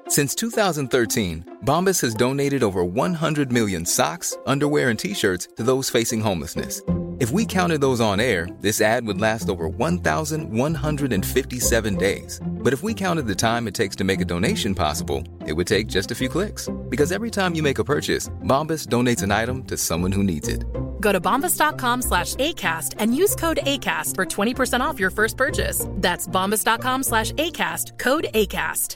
Since 2013, Bombas has donated over 100 million socks, underwear, and T-shirts to those facing homelessness. If we counted those on air, this ad would last over 1,157 days. But if we counted the time it takes to make a donation possible, it would take just a few clicks. Because every time you make a purchase, Bombas donates an item to someone who needs it. Go to bombas.com/ACAST and use code ACAST for 20% off your first purchase. That's bombas.com/ACAST, code ACAST.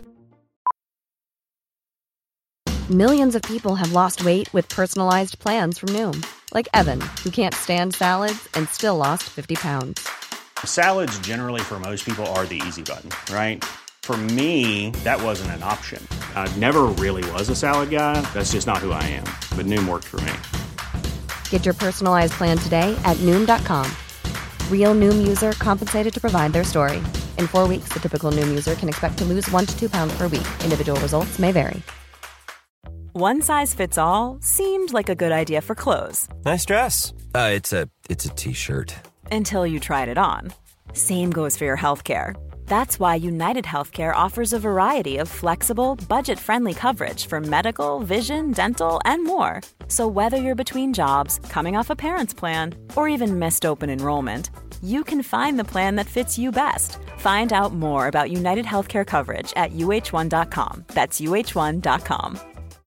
Millions of people have lost weight with personalized plans from Noom. Like Evan, who can't stand salads and still lost 50 pounds. Salads generally for most people are the easy button, right? For me, that wasn't an option. I never really was a salad guy. That's just not who I am. But Noom worked for me. Get your personalized plan today at Noom.com. Real Noom user compensated to provide their story. In 4 weeks, the typical Noom user can expect to lose 1 to 2 pounds per week. Individual results may vary. One size fits all seemed like a good idea for clothes. Nice dress. It's a t-shirt. Until you tried it on. Same goes for your healthcare. That's why United Healthcare offers a variety of flexible, budget-friendly coverage for medical, vision, dental, and more. So whether you're between jobs, coming off a parent's plan, or even missed open enrollment, you can find the plan that fits you best. Find out more about United Healthcare coverage at uh1.com. That's uh1.com.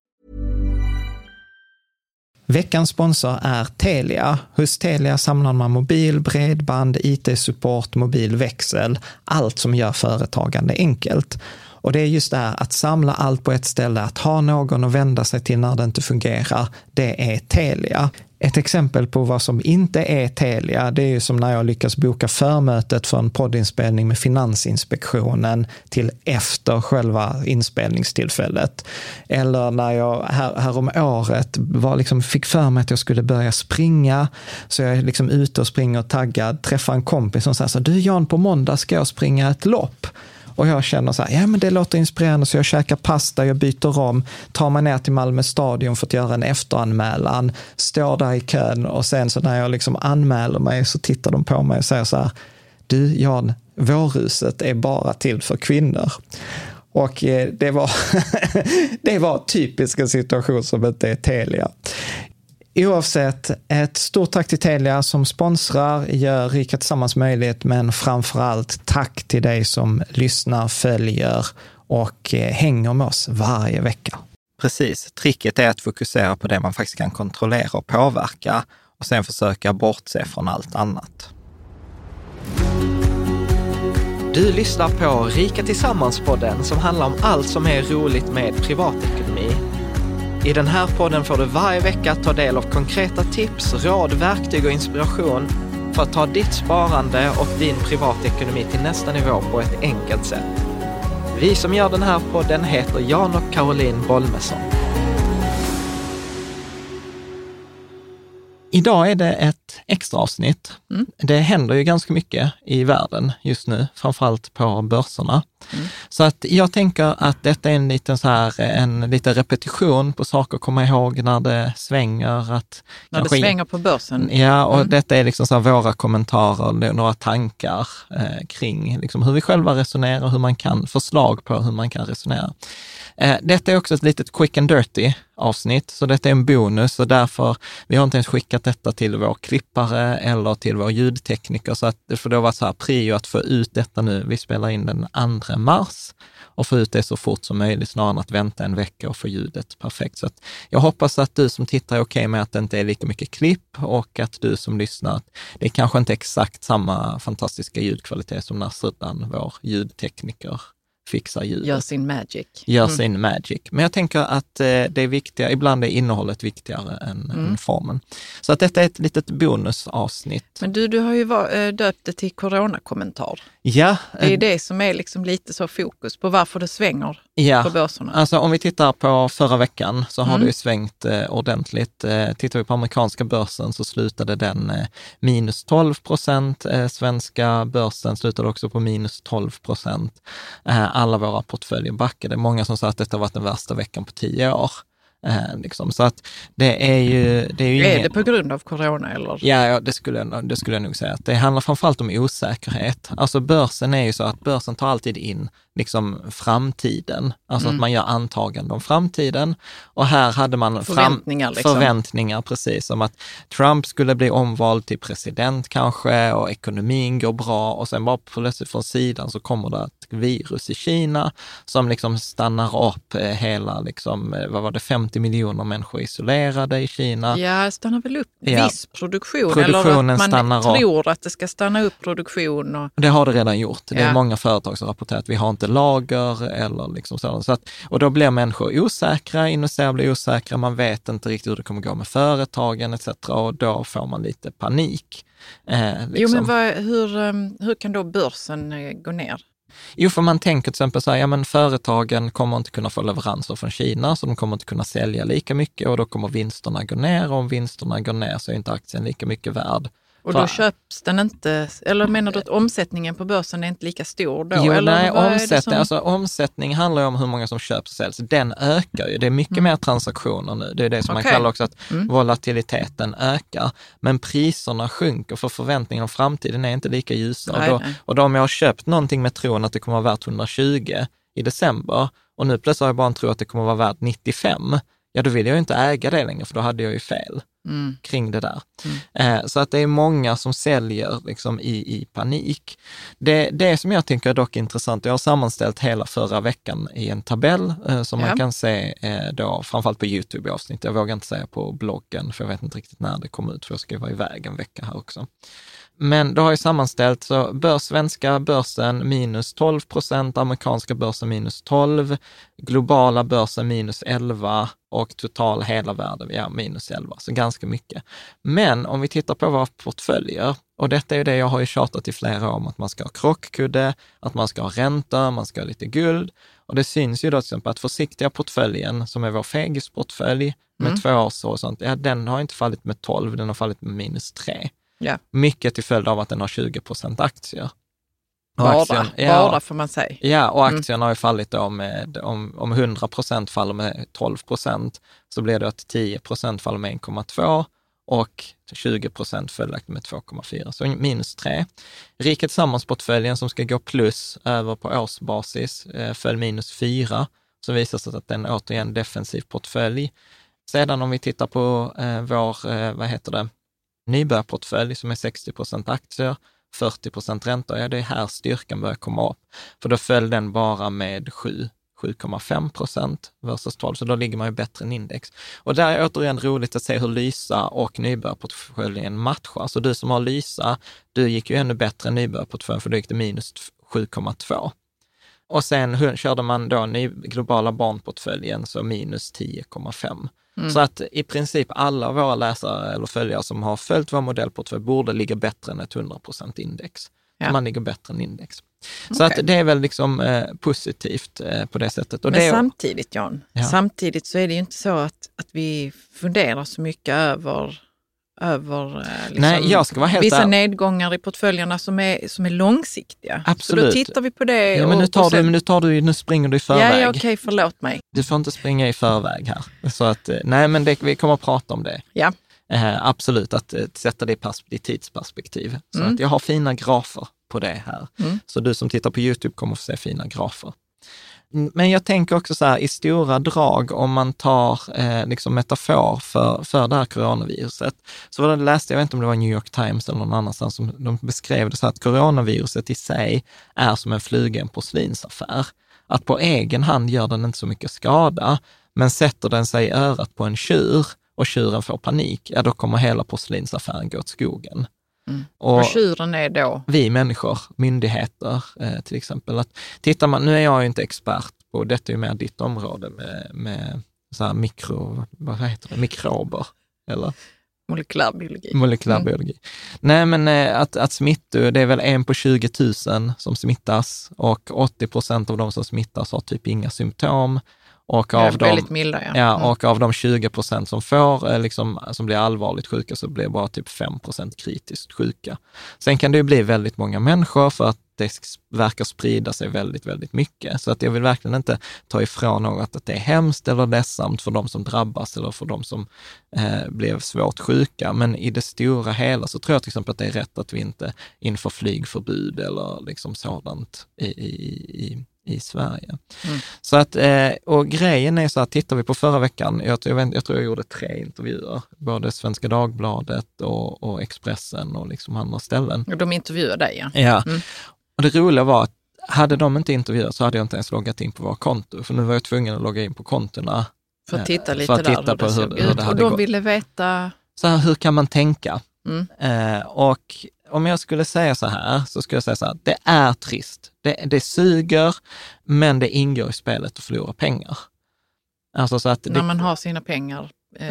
Veckans sponsor är Telia. Hos Telia samlar man mobil, bredband, IT-support, mobilväxel, allt som gör företagande enkelt. Och det är just det här att samla allt på ett ställe, att ha någon att vända sig till när det inte fungerar, det är Telia. Ett exempel på vad som inte är Telia, det är ju som när jag lyckas boka förmötet för en poddinspelning med Finansinspektionen till efter själva inspelningstillfället. Eller när jag här om året fick för mig att jag skulle börja springa, så jag är liksom ute och springer och taggad, träffar en kompis som säger så: du Jan, på måndag ska jag springa ett lopp. Och jag känner så här, ja men det låter inspirerande, så jag käkar pasta, jag byter om, tar mig ner till Malmö stadion för att göra en efteranmälan, står där i kön, och sen så när jag liksom anmäler mig så tittar de på mig och säger så här: du Jan, vårhuset är bara till för kvinnor. Och det var typisk en situation som inte är Telia. Oavsett, ett stort tack till Telia som sponsrar, gör Rika Tillsammans möjligt, men framförallt tack till dig som lyssnar, följer och hänger med oss varje vecka. Precis, tricket är att fokusera på det man faktiskt kan kontrollera och påverka, och sen försöka bortse från allt annat. Du lyssnar på Rika Tillsammans-podden som handlar om allt som är roligt med privatekonomi. I den här podden får du varje vecka ta del av konkreta tips, råd, verktyg och inspiration för att ta ditt sparande och din privatekonomi till nästa nivå på ett enkelt sätt. Vi som gör den här podden heter Jan och Caroline Bolmesson. Idag är det ett extra avsnitt. Det händer ju ganska mycket i världen just nu, framförallt på börserna. Så att jag tänker att detta är en liten repetition på saker att komma ihåg när det svänger. När det svänger på börsen. Ja, och detta är liksom så här våra kommentarer, några tankar kring liksom hur vi själva resonerar, hur man kan, förslag på hur man kan resonera. Detta är också ett litet quick and dirty avsnitt, så detta är en bonus, och därför vi har inte ens skickat detta till vår klippare eller till vår ljudtekniker, så att det får då vara så här prio att få ut detta nu. Vi spelar in den 2 mars och få ut det så fort som möjligt, snarare än att vänta en vecka och få ljudet perfekt. Så att jag hoppas att du som tittar är okej med att det inte är lika mycket klipp, och att du som lyssnar, det är kanske inte exakt samma fantastiska ljudkvalitet som när Suddan, vår ljudtekniker, fixar ljudet. Gör sin magic. Men jag tänker att det är viktiga, ibland är innehållet viktigare än formen. Så att detta är ett litet bonusavsnitt. Men du har ju döpt det till coronakommentar. Ja. Det är det som är liksom lite så fokus på varför det svänger på börserna. Alltså om vi tittar på förra veckan så har det ju svängt ordentligt. Tittar vi på amerikanska börsen så slutade den minus 12%. Svenska börsen slutade också på minus 12%. Alla våra portföljer backade. Många som sa att detta var den värsta veckan på 10 år. Liksom. Så att det är ju är det på grund av corona eller? Ja, det skulle jag nog säga. Att det handlar framförallt om osäkerhet. Alltså börsen är ju så att börsen tar alltid in liksom framtiden. Alltså att man gör antaganden om framtiden. Och här hade man förväntningar precis, om att Trump skulle bli omvald till president kanske och ekonomin går bra, och sen bara plötsligt från sidan så kommer det ett virus i Kina som liksom stannar upp hela, liksom, 50 miljoner människor isolerade i Kina. Ja, stannar väl upp viss produktion. Produktionen eller att man tror upp. att det ska stanna upp produktion. Och... Det har det redan gjort. Det är många företag som rapporterar att vi har inte lager eller liksom sådant. Så att, och då blir människor osäkra, investerare blir osäkra, man vet inte riktigt hur det kommer gå med företagen etc. Och då får man lite panik. Liksom. Jo, men hur kan då börsen gå ner? Jo, för man tänker till exempel så här, ja men företagen kommer inte kunna få leveranser från Kina, så de kommer inte kunna sälja lika mycket och då kommer vinsterna gå ner, och om vinsterna går ner så är inte aktien lika mycket värd. Och då köps den inte, eller menar du att omsättningen på börsen är inte lika stor då? Jo, eller nej, omsättning handlar ju om hur många som köps och säljs. Den ökar ju, det är mycket mer transaktioner nu. Det är det som man kallar också att volatiliteten ökar. Men priserna sjunker, för förväntningen om framtiden är inte lika ljusa. Och då om jag har köpt någonting med tron att det kommer att vara värt 120 i december, och nu plötsligt har jag bara en tro att det kommer att vara värt 95, ja då vill jag ju inte äga det längre, för då hade jag ju fel kring det där. Så att det är många som säljer liksom i panik. Det som jag tycker är dock intressant, jag har sammanställt hela förra veckan i en tabell som man kan se då, framförallt på YouTube-avsnitt. Jag vågar inte säga på bloggen, för jag vet inte riktigt när det kommer ut, för jag ska vara iväg en vecka här också. Men då har jag sammanställt så svenska börsen minus 12%, amerikanska börsen minus 12%, globala börsen minus 11% och total hela världen minus 11%, så ganska mycket. Men om vi tittar på våra portföljer, och detta är ju det jag har ju tjatat i flera år om, att man ska ha krockkudde, att man ska ha räntor, man ska ha lite guld, och det syns ju då till exempel att försiktiga portföljen, som är vår Fegisportfölj med 2 års och sånt, den har inte fallit med 12, den har fallit med minus 3. Yeah. Mycket till följd av att den har 20% aktier. Bara får man säga. Ja, och aktierna har ju fallit då med, om 100% faller med 12%, så blir det att 10% faller med 1,2 och 20% följaktligen med 2,4. Så minus 3. Riket Tillsammans-portföljen som ska gå plus över på årsbasis föll minus 4. Så visar sig att den återigen defensiv portfölj. Sedan om vi tittar på vår, nybörjarportfölj som är 60% aktier, 40% räntor, det är här styrkan börjar komma upp. För då föll den bara med 7,5% versus 12, så då ligger man ju bättre än index. Och där är återigen roligt att se hur Lysa och nybörjarportföljen matchar. Så du som har Lysa, du gick ju ännu bättre än nybörjarportföljen, för då gick det minus 7,2. Och sen körde man då globala barnportföljen, så minus 10,5. Så att i princip alla våra läsare eller följare som har följt vår modellportfölj borde ligga bättre än ett 100% index. Ja. Man ligger bättre än index. Så att det är väl liksom positivt på det sättet. Och men samtidigt, Jan, samtidigt så är det ju inte så att vi funderar så mycket över liksom, nej, jag ska vara helt vissa nedgångar i portföljerna som är långsiktiga. Absolut. Så då tittar vi på det. Ja, men nu springer du i förväg. Ja, okej, förlåt mig. Du får inte springa i förväg här. Så att, nej, men vi kommer att prata om det. Ja. Absolut, att sätta det i tidsperspektiv. Så att jag har fina grafer på det här. Så du som tittar på YouTube kommer att få se fina grafer. Men jag tänker också så här, i stora drag, om man tar liksom metafor för det här coronaviruset, så läste jag vet inte om det var New York Times eller någon annanstans, som de beskrev det så här, att coronaviruset i sig är som en fluga i en porslinsaffär. Att på egen hand gör den inte så mycket skada, men sätter den sig i örat på en tjur och tjuren får panik, ja då kommer hela porslinsaffären gå åt skogen. Och tjuren är då? Vi människor, myndigheter till exempel. Att tittar man, nu är jag ju inte expert på, detta är ju mer ditt område med så här mikrober, eller? Molekylärbiologi. Nej, men att smittor, det är väl 1 på 20 000 som smittas, och 80% av de som smittas har typ inga symptom. Och av väldigt milda, och av de 20% som får, som blir allvarligt sjuka, så blir bara typ 5% kritiskt sjuka. Sen kan det ju bli väldigt många människor, för att det verkar sprida sig väldigt, väldigt mycket. Så att jag vill verkligen inte ta ifrån något att det är hemskt eller ledsamt för de som drabbas eller för de som blev svårt sjuka. Men i det stora hela så tror jag till exempel att det är rätt att vi inte inför flygförbud eller liksom sådant i Sverige. Så att, och grejen är så att tittar vi på förra veckan, jag tror jag gjorde 3 intervjuer, både Svenska Dagbladet och Expressen och liksom andra ställen. Och de intervjuade dig, ja. Ja, och det roliga var att hade de inte intervjuat så hade jag inte ens loggat in på våra konto, för nu var jag tvungen att logga in på kontona. För att titta lite för att titta där på hur det hade och de gått. ville veta... Så här, hur kan man tänka? Och om jag skulle säga så här, så skulle jag säga så här, det är trist. Det suger, men det ingår i spelet att förlora pengar. Alltså så att när man har sina pengar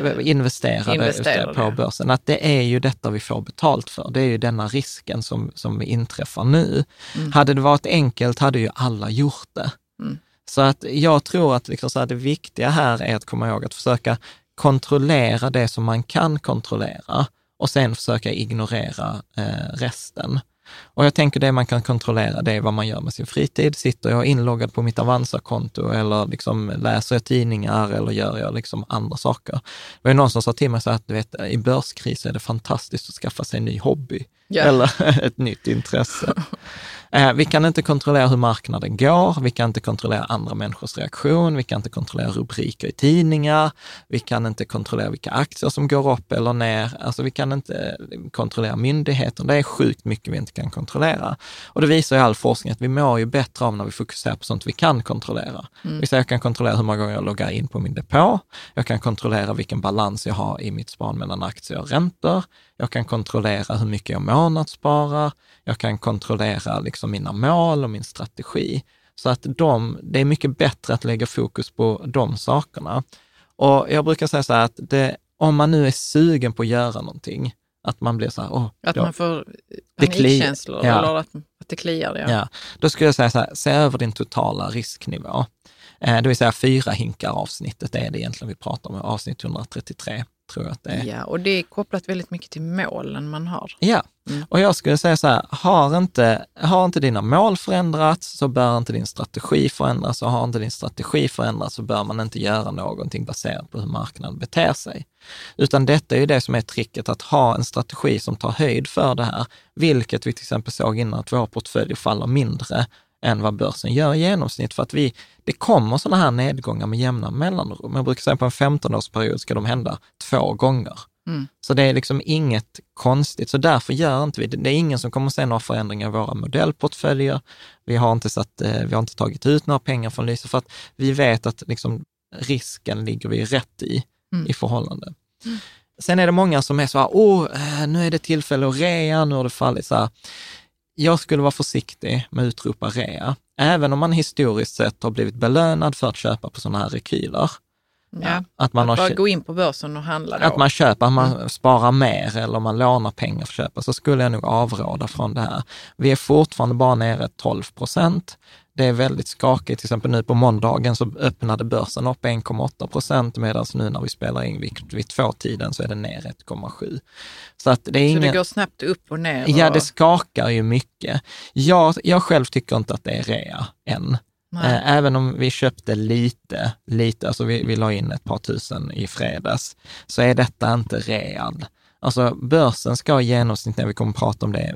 investerade på börsen. Att det är ju detta vi får betalt för. Det är ju denna risken som inträffar nu. Hade det varit enkelt hade ju alla gjort det. Så att jag tror att liksom så här, det viktiga här är att komma ihåg att försöka kontrollera det som man kan kontrollera och sen försöka ignorera resten. Och jag tänker det man kan kontrollera, det är vad man gör med sin fritid. Sitter jag inloggad på mitt Avanza-konto eller liksom läser jag tidningar eller gör jag liksom andra saker. Det var ju någon som sa till mig så att du vet, i börskris är det fantastiskt att skaffa sig en ny hobby eller ett nytt intresse. Vi kan inte kontrollera hur marknaden går, vi kan inte kontrollera andra människors reaktion, vi kan inte kontrollera rubriker i tidningar, vi kan inte kontrollera vilka aktier som går upp eller ner, alltså vi kan inte kontrollera myndigheter, det är sjukt mycket vi inte kan kontrollera. Och det visar ju all forskning att vi mår ju bättre av när vi fokuserar på sånt vi kan kontrollera. Vi säger jag kan kontrollera hur många gånger jag loggar in på min depå, jag kan kontrollera vilken balans jag har i mitt sparande mellan aktier och räntor, jag kan kontrollera hur mycket jag månadssparar, jag kan kontrollera liksom mina mål och min strategi. Så att det är mycket bättre att lägga fokus på de sakerna. Och jag brukar säga så här att om man nu är sugen på att göra någonting, att man blir så här... att man får panikkänslor eller att det kliar. Ja, då skulle jag säga så här, se över din totala risknivå. Det vill säga 4 hinkar avsnittet, det är det egentligen vi pratar om, avsnitt 133. Tror jag att det är. Ja, och det är kopplat väldigt mycket till målen man har. Ja, och jag skulle säga så här, har inte dina mål förändrats så bör inte din strategi förändras, och har inte din strategi förändrats så bör man inte göra någonting baserat på hur marknaden beter sig. Utan detta är ju det som är tricket, att ha en strategi som tar höjd för det här, vilket vi till exempel såg innan att våra portföljer faller mindre än vad börsen gör i genomsnitt, för att det kommer sådana här nedgångar med jämna mellanrum. Jag brukar säga på en 15-årsperiod ska de hända 2 gånger. Så det är liksom inget konstigt, så därför gör inte vi det. Det är ingen som kommer att se några förändringar i våra modellportföljer. Vi har inte tagit ut några pengar från Lyse, för att vi vet att liksom risken ligger vi rätt i förhållande. Sen är det många som är så här, nu är det tillfälle att rea, nu har det fallit så här. Jag skulle vara försiktig med att utropa rea, även om man historiskt sett har blivit belönad för att köpa på sådana här rekyler. Ja, att bara gå in på börsen och handla då. Att man köper, man sparar mer eller man lånar pengar för att köpa, så skulle jag nog avråda från det här. Vi är fortfarande bara nere 12%. Det är väldigt skakigt. Till exempel nu på måndagen så öppnade börsen upp 1,8%, medan nu när vi spelar in vid 2-tiden så är det ner 1,7%. Så att det är så det går snabbt upp och ner? Ja, det skakar ju mycket. Jag själv tycker inte att det är rea än. Även om vi köpte lite, alltså vi la in ett par tusen i fredags, så är detta inte real. Alltså börsen ska i genomsnitt, när vi kommer att prata om det,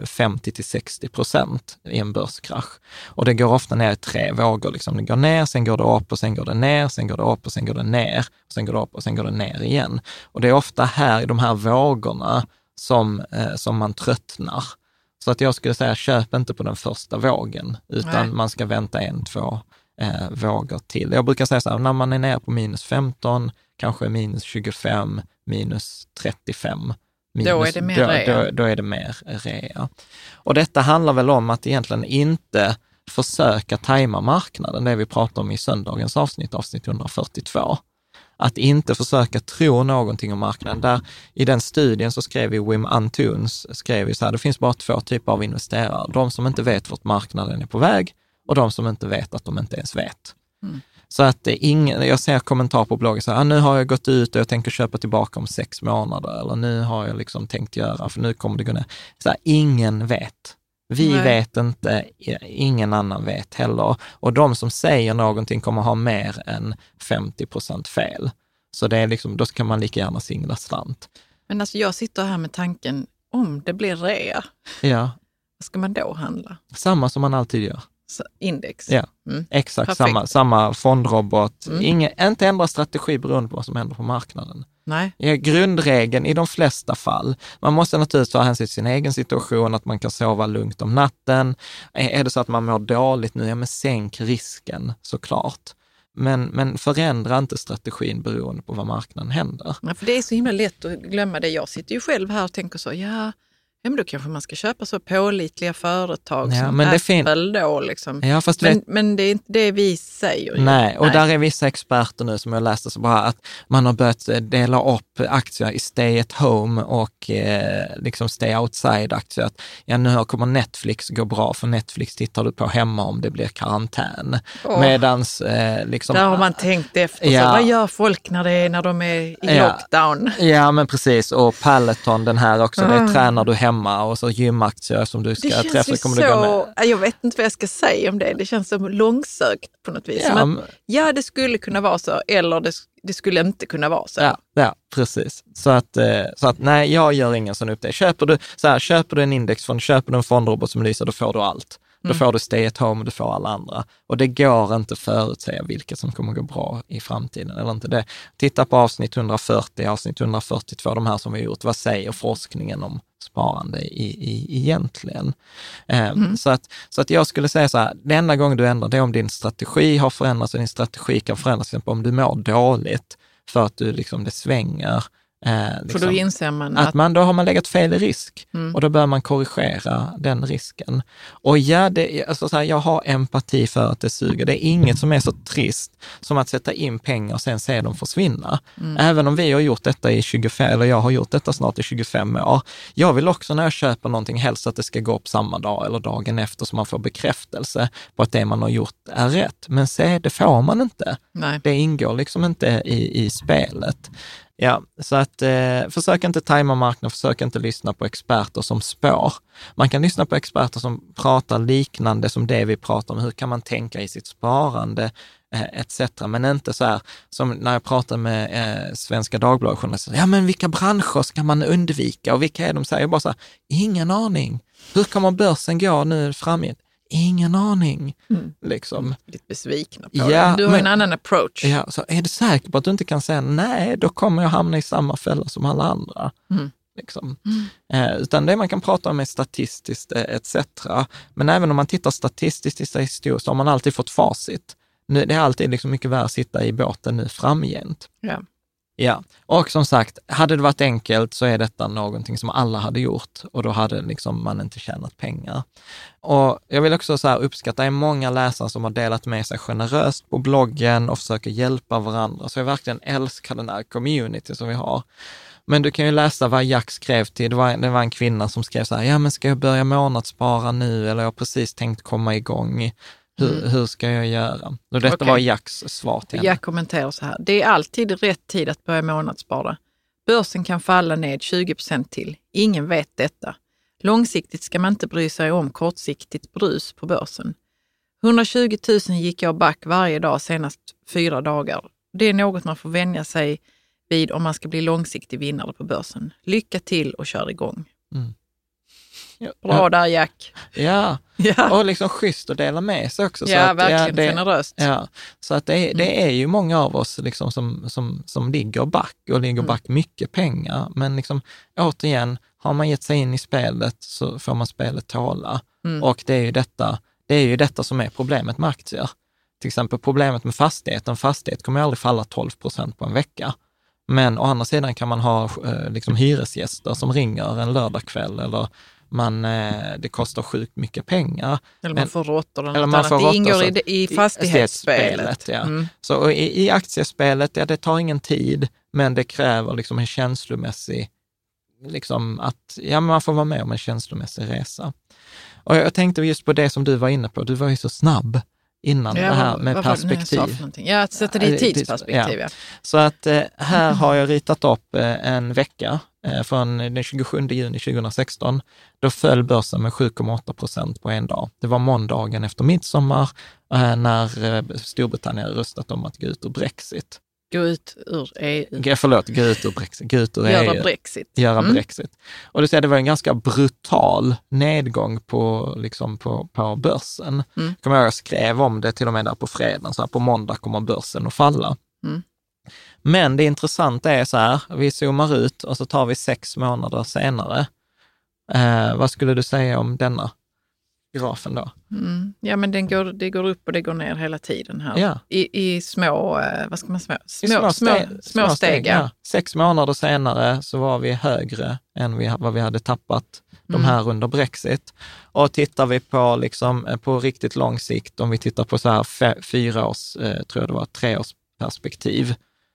50-60% i en börskrasch. Och det går ofta ner i 3 vågor. Liksom. Det går ner, sen går det upp och sen går det ner, sen går det upp och sen går det ner, och sen går det upp och sen går det ner igen. Och det är ofta här i de här vågorna som man tröttnar. Så att jag skulle säga, köp inte på den första vågen, utan man ska vänta 1-2 vågor till. Jag brukar säga så här, när man är ner på minus 15, kanske minus 25, minus 35, då är det mer rea. Då är det mer rea. Och detta handlar väl om att egentligen inte försöka tajma marknaden, det vi pratar om i söndagens avsnitt 142. Att inte försöka tro någonting om marknaden. Där i den studien så skrev vi Wim Antunes, skrev vi så här, det finns bara 2 typer av investerare. De som inte vet vart marknaden är på väg och de som inte vet att de inte ens vet. Så att jag ser kommentar på bloggen så här, nu har jag gått ut och jag tänker köpa tillbaka om 6 månader, eller nu har jag liksom tänkt göra, för nu kommer det gå ner. Så här, ingen vet. Vi vet inte, ingen annan vet heller. Och de som säger någonting kommer ha mer än 50% fel. Så det är liksom, då ska man lika gärna singla slant. Men alltså jag sitter här med tanken, om det blir rea, vad ska man då handla? Samma som man alltid gör. index. Ja, exakt samma fondrobot. Inte ändra strategi beroende på vad som händer på marknaden. Nej. Grundregeln i de flesta fall. Man måste naturligtvis ta hänsyn till sin egen situation, att man kan sova lugnt om natten. Är det så att man mår dåligt nu, men sänk risken såklart. Men förändra inte strategin beroende på vad marknaden händer. Ja, för det är så himla lätt att glömma det. Jag sitter ju själv här och tänker så, men då kanske man ska köpa så pålitliga företag som Apple då liksom. Ja, men det är inte det vi säger. Nej, och där är vissa experter nu som jag läste så bara att man har börjat dela upp aktier i stay at home och liksom stay outside aktier. Att, nu kommer Netflix gå bra, för Netflix tittar du på hemma om det blir karantän. Medans liksom... Där har man tänkt efter. Så, vad gör folk när de är i lockdown? Ja, men precis. Och Peloton, den här också, det tränar du hemma och så gymaktier som du ska träffa. Kommer du gå med. Jag vet inte vad jag ska säga om det. Det känns som långsökt på något vis. Det skulle kunna vara så, eller det skulle inte kunna vara så. Ja, precis. Så att nej, jag gör ingen sån uppdelning. Köper du en indexfond, köper du en fondrobot som lyser, då får du allt. Då får du stay at home och du får alla andra. Och det går inte förutsäga vilket som kommer gå bra i framtiden eller inte det. Titta på avsnitt 140, avsnitt 142, de här som vi har gjort. Vad säger forskningen om sparande egentligen? Så att jag skulle säga så här, den enda gången du ändrar det är om din strategi har förändrats, och din strategi kan förändras till exempel om du mår dåligt för att du liksom det svänger. För då inser man att då har man legat fel i risk och då bör man korrigera den risken. Och jag har empati för att det suger. Det är inget som är så trist som att sätta in pengar och sen se dem försvinna. Även om vi har gjort detta i 25, eller jag har gjort detta snart i 25 år. Jag vill också när jag köper någonting helst att det ska gå upp samma dag eller dagen efter, så man får bekräftelse på att det man har gjort är rätt. Men det får man inte. Nej. Det ingår liksom inte i spelet. Ja, så att försök inte tajma marknaden, försök inte lyssna på experter som spår. Man kan lyssna på experter som pratar liknande som det vi pratar om. Hur kan man tänka i sitt sparande etc. Men inte så här som när jag pratar med Svenska Dagbladet. Men vilka branscher ska man undvika och vilka är de? Säger bara så här, ingen aning. Hur kommer börsen gå nu framgent? Ingen aning. Liksom. Lite besvikna på det. Du har en annan approach. Ja, så är du säker på att du inte kan säga nej, då kommer jag hamna i samma fälla som alla andra. Liksom. Utan det man kan prata om är statistiskt etc. Men även om man tittar statistiskt i historiskt så har man alltid fått facit. Det är alltid liksom mycket värre att sitta i båten nu framgent. Ja, och som sagt, hade det varit enkelt så är detta någonting som alla hade gjort och då hade liksom man inte tjänat pengar. Och jag vill också så här uppskatta, det är många läsare som har delat med sig generöst på bloggen och försöker hjälpa varandra. Så jag verkligen älskar den här community som vi har. Men du kan ju läsa vad Jack skrev till. Det var en kvinna som skrev så här, men ska jag börja månadsspara nu eller jag har precis tänkt komma igång. Hur ska jag göra? Och detta var Jacks svar till henne. Jack kommenterar så här. Det är alltid rätt tid att börja månadsspara. Börsen kan falla ned 20% till. Ingen vet detta. Långsiktigt ska man inte bry sig om kortsiktigt brus på börsen. 120 000 gick jag back varje dag senast 4 dagar. Det är något man får vänja sig vid om man ska bli långsiktig vinnare på börsen. Lycka till och kör igång. Bra där, Jack. Ja, och liksom schysst att dela med sig också. Ja, så att, verkligen generöst. Ja, så att det är ju många av oss liksom som ligger back och ligger back mycket pengar. Men liksom, återigen, har man gett sig in i spelet så får man spelet tåla. Och det är ju detta som är problemet med aktier. Till exempel problemet med fastighet. En fastighet kommer aldrig falla 12% på en vecka. Men å andra sidan kan man ha liksom hyresgäster som ringer en lördagkväll eller det kostar sjukt mycket pengar. Eller man får råttor eller något annat. Det ingår i fastighetsspelet. Ja. Så i aktiespelet, det tar ingen tid, men det kräver liksom en känslomässig, liksom att man får vara med om en känslomässig resa. Och jag tänkte just på det som du var inne på. Du var ju så snabb innan det här med perspektiv. Ja, att sätta det i tidsperspektiv. Ja. Så att här har jag ritat upp en vecka från den 27 juni 2016. Då föll börsen med 7,8% på en dag. Det var måndagen efter midsommar när Storbritannien röstat om att gå ut ur Brexit. Gå ut ur EU. Gå ut ur Brexit. Göra Brexit. Brexit. Och det var en ganska brutal nedgång på börsen. Jag skrev om det till och med där på fredagen, så här, på måndag kommer börsen att falla. Men det intressanta är så här, vi zoomar ut och så tar vi 6 månader senare. Vad skulle du säga om denna grafen då? Ja, men det går upp och det går ner hela tiden här. Ja. I små, vad ska man säga? Små steg. Ja. 6 månader senare så var vi högre än vad vi hade tappat de här under Brexit. Och tittar vi på, på riktigt lång sikt, om vi tittar på så här 4 års, tror jag det var 3 års perspektiv.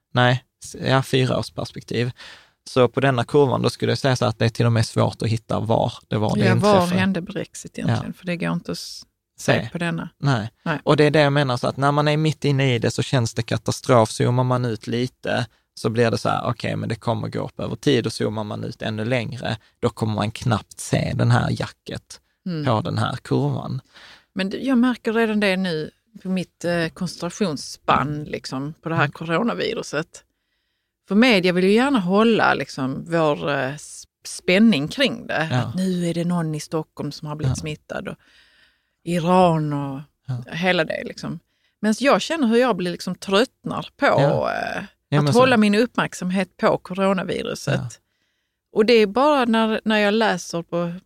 4 års perspektiv. Så på denna kurvan då skulle jag säga så att det är till och med svårt att hitta var det inträffade. Var hände Brexit egentligen? För det går inte att se på denna. Nej. Och det är det jag menar, så att när man är mitt inne i det så känns det katastrof. Zoomar man ut lite så blir det så här, okej, men det kommer gå upp över tid, och zoomar man ut ännu längre, då kommer man knappt se den här jacket på den här kurvan. Men jag märker redan det nu på mitt koncentrationsspann på det här coronaviruset. För media vill ju gärna hålla vår spänning kring det. Ja. Att nu är det någon i Stockholm som har blivit smittad, och Iran och hela det. Men jag känner hur jag blir tröttnar på att hålla min uppmärksamhet på coronaviruset. Ja. Och det är bara när jag läser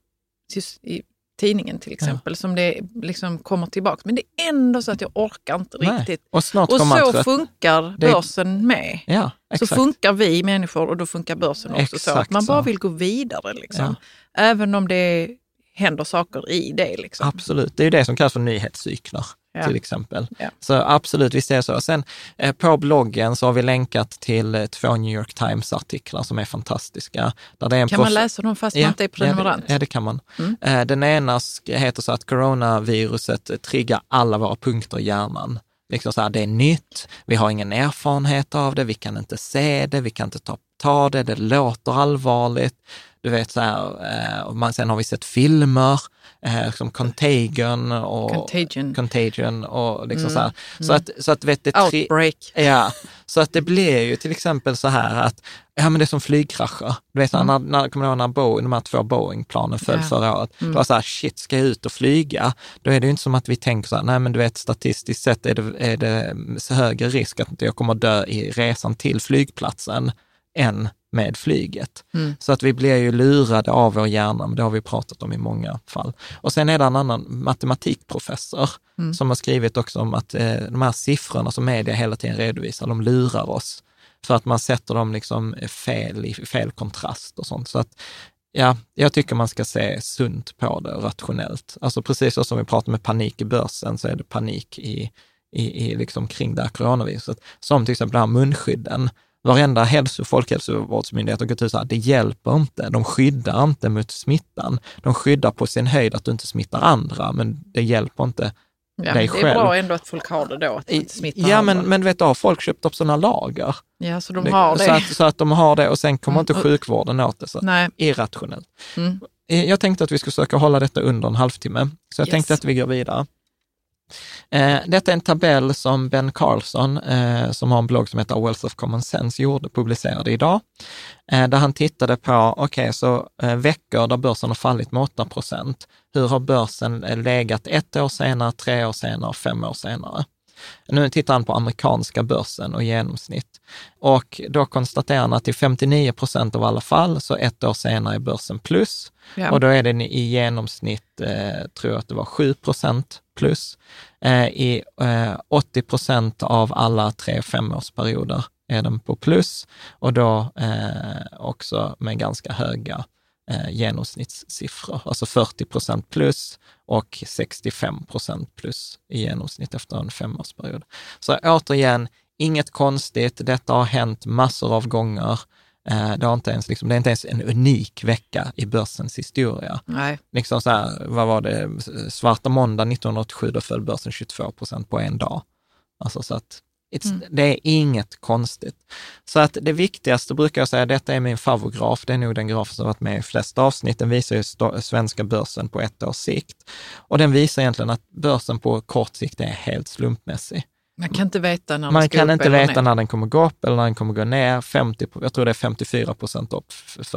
i tidningen till exempel som det kommer tillbaka. Men det är ändå så att jag orkar inte riktigt. Och så funkar börsen med. Ja, exakt. Så funkar vi människor, och då funkar börsen också. Exakt så att man bara vill gå vidare. Även om det händer saker i det. Absolut, det är ju det som kallas för nyhetscyklar. Till exempel. Ja. Så absolut, visst är det så. Sen på bloggen så har vi länkat till 2 New York Times-artiklar som är fantastiska. Där det är kan man läsa dem fast man inte är prenumerant? Ja, det kan man. Den ena heter så att coronaviruset triggar alla våra punkter i hjärnan. Så här, det är nytt, vi har ingen erfarenhet av det, vi kan inte se det, vi kan inte ta det, det låter allvarligt. Du vet så här, sen har vi sett filmer som Contagion och så här. Så att vet det Outbreak. Ja, så att det blir ju till exempel så här att men det är som flygkrascher. Du vet när de här 2 Boeing-planen föll förra året. Det var så här, shit, ska jag ut och flyga? Då är det ju inte som att vi tänker så här, nej men du vet, statistiskt sett är det så högre risk att jag kommer dö i resan till flygplatsen än med flyget. Så att vi blir ju lurade av vår hjärna, men det har vi pratat om i många fall. Och sen är det en annan matematikprofessor som har skrivit också om att de här siffrorna som media hela tiden redovisar, de lurar oss för att man sätter dem i fel kontrast och sånt. Så att jag tycker man ska se sunt på det, rationellt. Alltså precis så som vi pratar med panik i börsen, så är det panik i kring det här coronaviruset. Som till exempel den här munskydden. Varenda folkhälsovårdsmyndighet har gått ut så här, det hjälper inte, de skyddar inte mot smittan. De skyddar på sin höjd att du inte smittar andra, men det hjälper inte dig själv. Det är bra ändå att folk har det då, att inte smittar andra. Men vet du, har folk köpt upp sådana lager? Ja, så de har det. Så att de har det, och sen kommer inte sjukvården åt det. Så irrationellt. Jag tänkte att vi skulle försöka hålla detta under en halvtimme, så jag tänkte att vi går vidare. Detta är en tabell som Ben Carlson, som har en blogg som heter Wealth of Common Sense, publicerade idag. Där han tittade på, veckor där börsen har fallit med 8%. Hur har börsen legat 1 år senare, 3 år senare och 5 år senare? Nu tittar han på amerikanska börsen och genomsnitt. Och då konstaterar han att i 59% av alla fall så 1 år senare är börsen plus. Ja. Och då är den i genomsnitt, tror jag att det var 7% plus. I 80% av alla 3-5 årsperioder är den på plus. Och då också med ganska höga genomsnittssiffror. Alltså 40% plus och 65% plus i genomsnitt efter en 5-årsperiod. Så återigen, inget konstigt. Detta har hänt massor av gånger. Det är inte ens en unik vecka i börsens historia. Nej. Så här, vad var det? Svarta måndag 1987, då föll börsen 22% på en dag. Alltså så att det är inget konstigt. Så att det viktigaste brukar jag säga, detta är min favoritgraf. Det är nog den graf som har varit med i flest avsnitt. Den visar ju svenska börsen på 1 års sikt. Och den visar egentligen att börsen på kort sikt är helt slumpmässig. Man kan inte veta när man ska kan upp inte eller veta ner. när den kommer gå upp eller när den kommer gå ner. Jag tror det är 54% upp,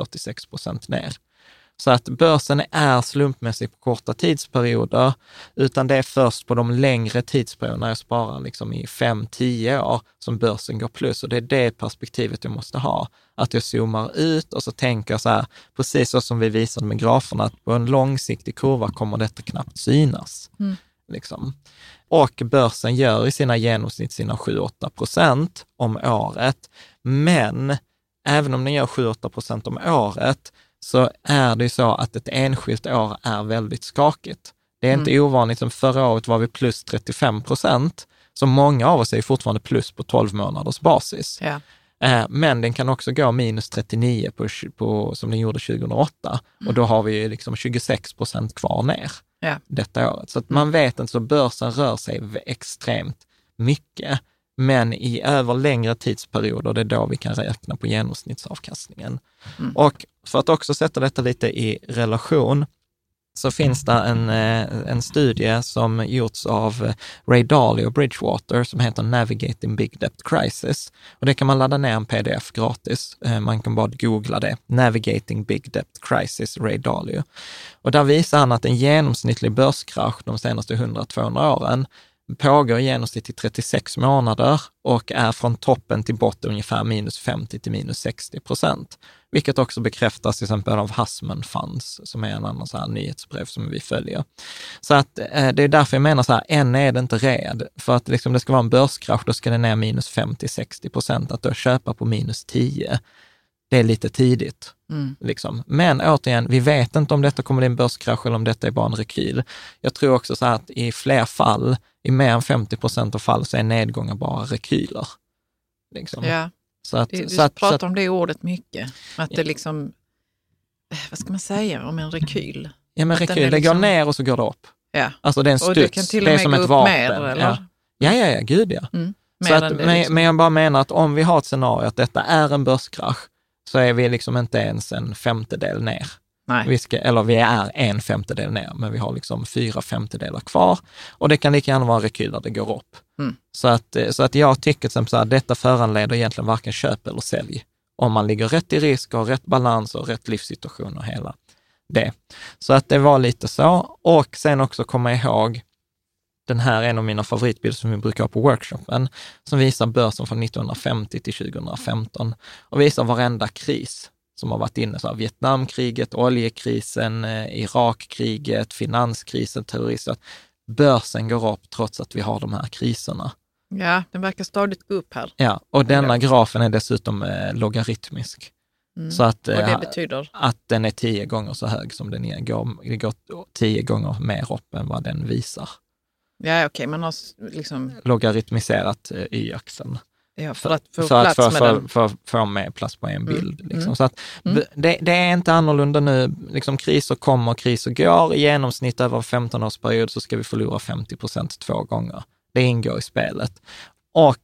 46% ner. Så att börsen är slumpmässig på korta tidsperioder, utan det är först på de längre tidsperioderna jag sparar liksom i 5-10 år som börsen går plus. Och det är det perspektivet jag måste ha. Att jag zoomar ut och så tänker så här, precis så som vi visade med graferna, att på en långsiktig kurva kommer detta knappt synas. Liksom. Och börsen gör i sina genomsnitt sina 7-8% om året. Men även om den gör 7-8% om året så är det ju så att ett enskilt år är väldigt skakigt. Det är inte ovanligt, som förra året var vi plus 35%, så många av oss är fortfarande plus på 12 månaders basis. Ja. Men den kan också gå minus 39 på som den gjorde 2008 och då har vi liksom 26% kvar ner detta året. Så att man vet inte, så börsen rör sig extremt mycket. Men i över längre tidsperioder, det är då vi kan räkna på genomsnittsavkastningen. Och för att också sätta detta lite i relation så finns det en studie som gjorts av Ray Dalio och Bridgewater som heter Navigating Big Debt Crisis. Och det kan man ladda ner en pdf gratis. Man kan bara googla det. Navigating Big Debt Crisis, Ray Dalio. Och där visar han att en genomsnittlig börskrasch de senaste 100-200 åren pågår i genomsnitt i 36 månader och är från toppen till botten ungefär minus 50 till minus 60%. Vilket också bekräftas till exempel av Hussman Funds, som är en annan så här nyhetsbrev som vi följer. Så att det är därför jag menar så här, än är det inte red. För att liksom det ska vara en börskrasch, då ska det ner minus 50-60%. Att då köpa på minus 10, det är lite tidigt. Liksom. Men återigen, vi vet inte om detta kommer bli en börskrasch eller om detta är bara en rekyl. Jag tror också så här att i fler fall, i mer än 50% av fall, så är nedgångar bara rekyler. Liksom. Ja. Så att, Vi pratar om det ordet mycket. Att det liksom, vad ska man säga om en rekyl? Ja, men rekyl, det liksom går ner och så går det upp. Ja. Alltså det är en studs, och det kan till och med det är som gå ett upp vapen. mer, eller? Ja, gud ja. Så att, men jag bara menar att om vi har ett scenario att detta är en börskrasch, så är vi liksom inte ens en femtedel ner. Nej. Vi är en femtedel ner, men vi har liksom 4/5 kvar. Och det kan lika gärna vara en rekyl där det går upp. Så att jag tycker att detta föranleder egentligen varken köp eller sälj. Om man ligger rätt i risk och rätt balans och rätt livssituation och hela det. Så att det var lite så. Och sen också komma ihåg, den här är en av mina favoritbilder som vi brukar ha på workshopen, som visar börsen från 1950 till 2015 och visar varenda kris som har varit inne. Så här, Vietnamkriget, oljekrisen, Irakkriget, finanskrisen, terrorister. Börsen går upp trots att vi har de här kriserna. Ja, den verkar stadigt gå upp här. Ja, och denna grafen är dessutom logaritmisk. Så att, och det betyder? Att den är 10 gånger så hög som den är. Det går 10 gånger mer upp än vad den visar. Ja, okej, man har liksom logaritmiserat y-axeln. Ja, för att få plats med den. För att få med plats på en bild. Liksom. Så att det är inte annorlunda nu. Liksom, kriser kommer, kriser går. I genomsnitt över 15-årsperiod så ska vi förlora 50% 2 gånger. Det ingår i spelet. Och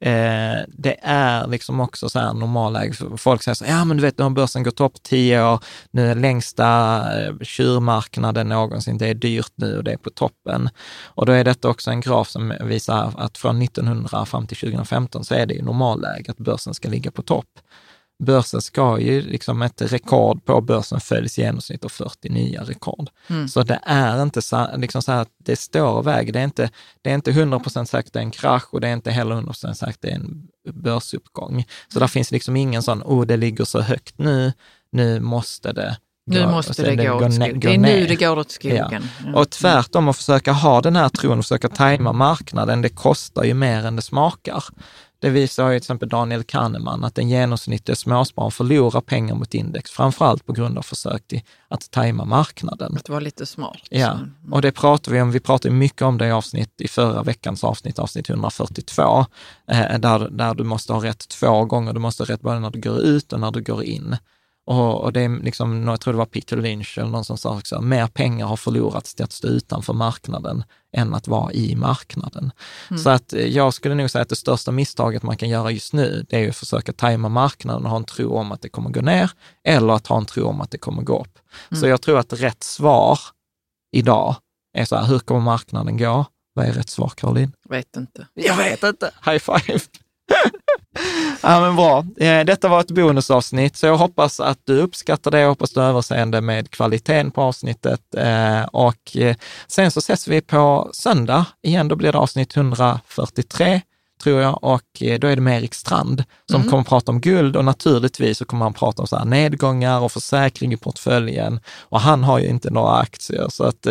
det är liksom också så här normalläge. Folk säger så här, ja men du vet, nu har börsen gått upp 10 år, nu är längsta tjurmarknaden någonsin, det är dyrt nu och det är på toppen. Och då är detta också en graf som visar att från 1900 fram till 2015 så är det ju normalläge att börsen ska ligga på topp. Börsen ska ju liksom, ett rekord på börsen följs i genomsnitt av 40 nya rekord. Så det är inte så, liksom så här att det står och väger. Det är inte 100% säkert det är en krasch och det är inte heller 100% säkert det är en börsuppgång. Så där finns liksom ingen sån, det ligger så högt nu måste det gå. Nu måste det gå åt skogen. Det är nu det går åt skogen. Ja. Och tvärtom att försöka ha den här tron och försöka tajma marknaden, det kostar ju mer än det smakar. Det visar ju till exempel Daniel Kahneman att en genomsnittlig småsparare förlorar pengar mot index, framförallt på grund av försök till att tajma marknaden. Att vara lite smart. Ja, och det pratar vi om. Vi pratar mycket om det i förra veckans avsnitt 142, där du måste ha rätt 2 gånger. Du måste ha rätt både när du går ut och när du går in. Och det är liksom, jag tror det var Peter Lynch eller någon som sa också, mer pengar har förlorats till att stå utanför marknaden än att vara i marknaden. Så att jag skulle nog säga att det största misstaget man kan göra just nu, det är ju att försöka tajma marknaden och ha en tro om att det kommer gå ner eller att ha en tro om att det kommer gå upp. Så jag tror att rätt svar idag är så här, hur kommer marknaden gå? Vad är rätt svar, Caroline? Vet inte. Jag vet inte. High five. Ja, men bra. Detta var ett bonusavsnitt, så jag hoppas att du uppskattar det. Jag hoppas du överseende med kvaliteten på avsnittet. Och sen så ses vi på söndag igen. Då blir det avsnitt 143, tror jag. Och då är det med Erik Strand som kommer att prata om guld. Och naturligtvis så kommer han prata om så här nedgångar och försäkring i portföljen. Och han har ju inte några aktier, så att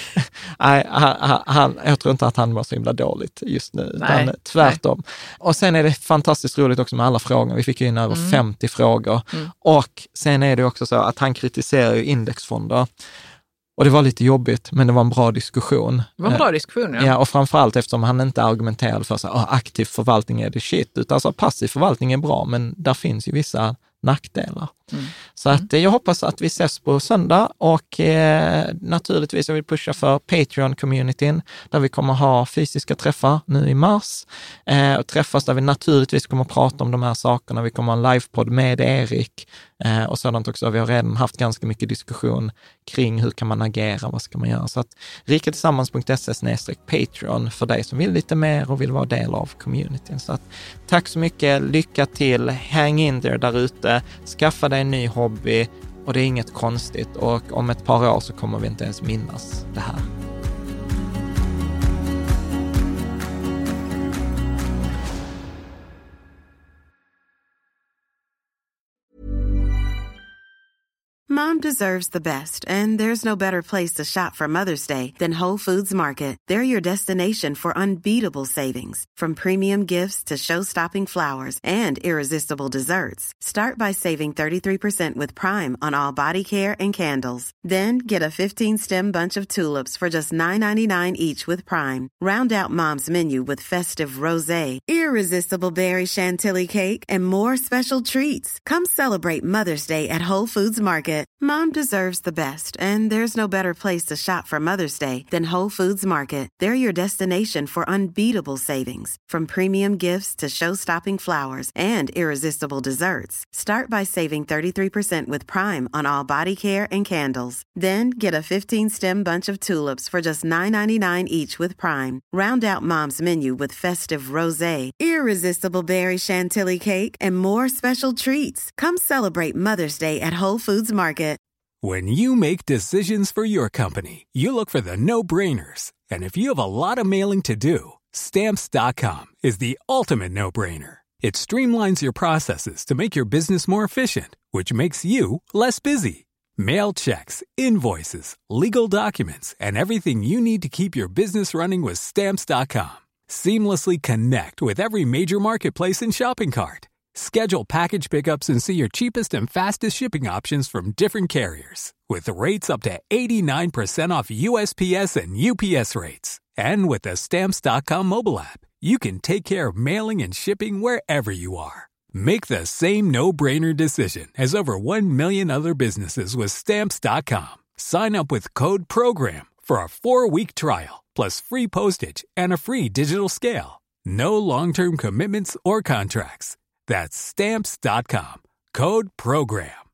jag tror inte att han mår så himla dåligt just nu. Utan tvärtom. Och sen är det fantastiskt roligt också med alla frågor. Vi fick ju in över 50 frågor. Och sen är det också så att han kritiserar ju indexfonder. Och det var lite jobbigt, men det var en bra diskussion. Det var en bra diskussion, ja. Ja, och framförallt eftersom han inte argumenterade för att aktiv förvaltning är det shit, utan alltså, passiv förvaltning är bra, men där finns ju vissa nackdelar. Så att jag hoppas att vi ses på söndag, och naturligtvis jag vill pusha för Patreon-communityn där vi kommer ha fysiska träffar nu i mars. Och träffas där vi naturligtvis kommer att prata om de här sakerna. Vi kommer ha en livepodd med Erik och sådant också. Vi har redan haft ganska mycket diskussion kring hur kan man agera, vad ska man göra. Så att riketillsammans.se/Patreon för dig som vill lite mer och vill vara del av communityn. Så att tack så mycket, lycka till, hang in där ute, skaffa dig en ny hobby, och det är inget konstigt, och om ett par år så kommer vi inte ens minnas det här. Mom deserves the best, and there's no better place to shop for Mother's Day than Whole Foods Market. They're your destination for unbeatable savings, from premium gifts to show-stopping flowers and irresistible desserts. Start by saving 33% with Prime on all body care and candles. Then get a 15-stem bunch of tulips for just $9.99 each with Prime. Round out Mom's menu with festive rosé, irresistible berry chantilly cake, and more special treats. Come celebrate Mother's Day at Whole Foods Market. Mom deserves the best, and there's no better place to shop for Mother's Day than Whole Foods Market. They're your destination for unbeatable savings, from premium gifts to show-stopping flowers and irresistible desserts. Start by saving 33% with Prime on all body care and candles. Then get a 15-stem bunch of tulips for just $9.99 each with Prime. Round out Mom's menu with festive rosé, irresistible berry chantilly cake, and more special treats. Come celebrate Mother's Day at Whole Foods Market. When you make decisions for your company, you look for the no-brainers. And if you have a lot of mailing to do, Stamps.com is the ultimate no-brainer. It streamlines your processes to make your business more efficient, which makes you less busy. Mail checks, invoices, legal documents, and everything you need to keep your business running with Stamps.com. Seamlessly connect with every major marketplace and shopping cart. Schedule package pickups and see your cheapest and fastest shipping options from different carriers. With rates up to 89% off USPS and UPS rates. And with the Stamps.com mobile app, you can take care of mailing and shipping wherever you are. Make the same no-brainer decision as over 1 million other businesses with Stamps.com. Sign up with code PROGRAM for a 4-week trial, plus free postage and a free digital scale. No long-term commitments or contracts. That's Stamps.com. Code PROGRAM.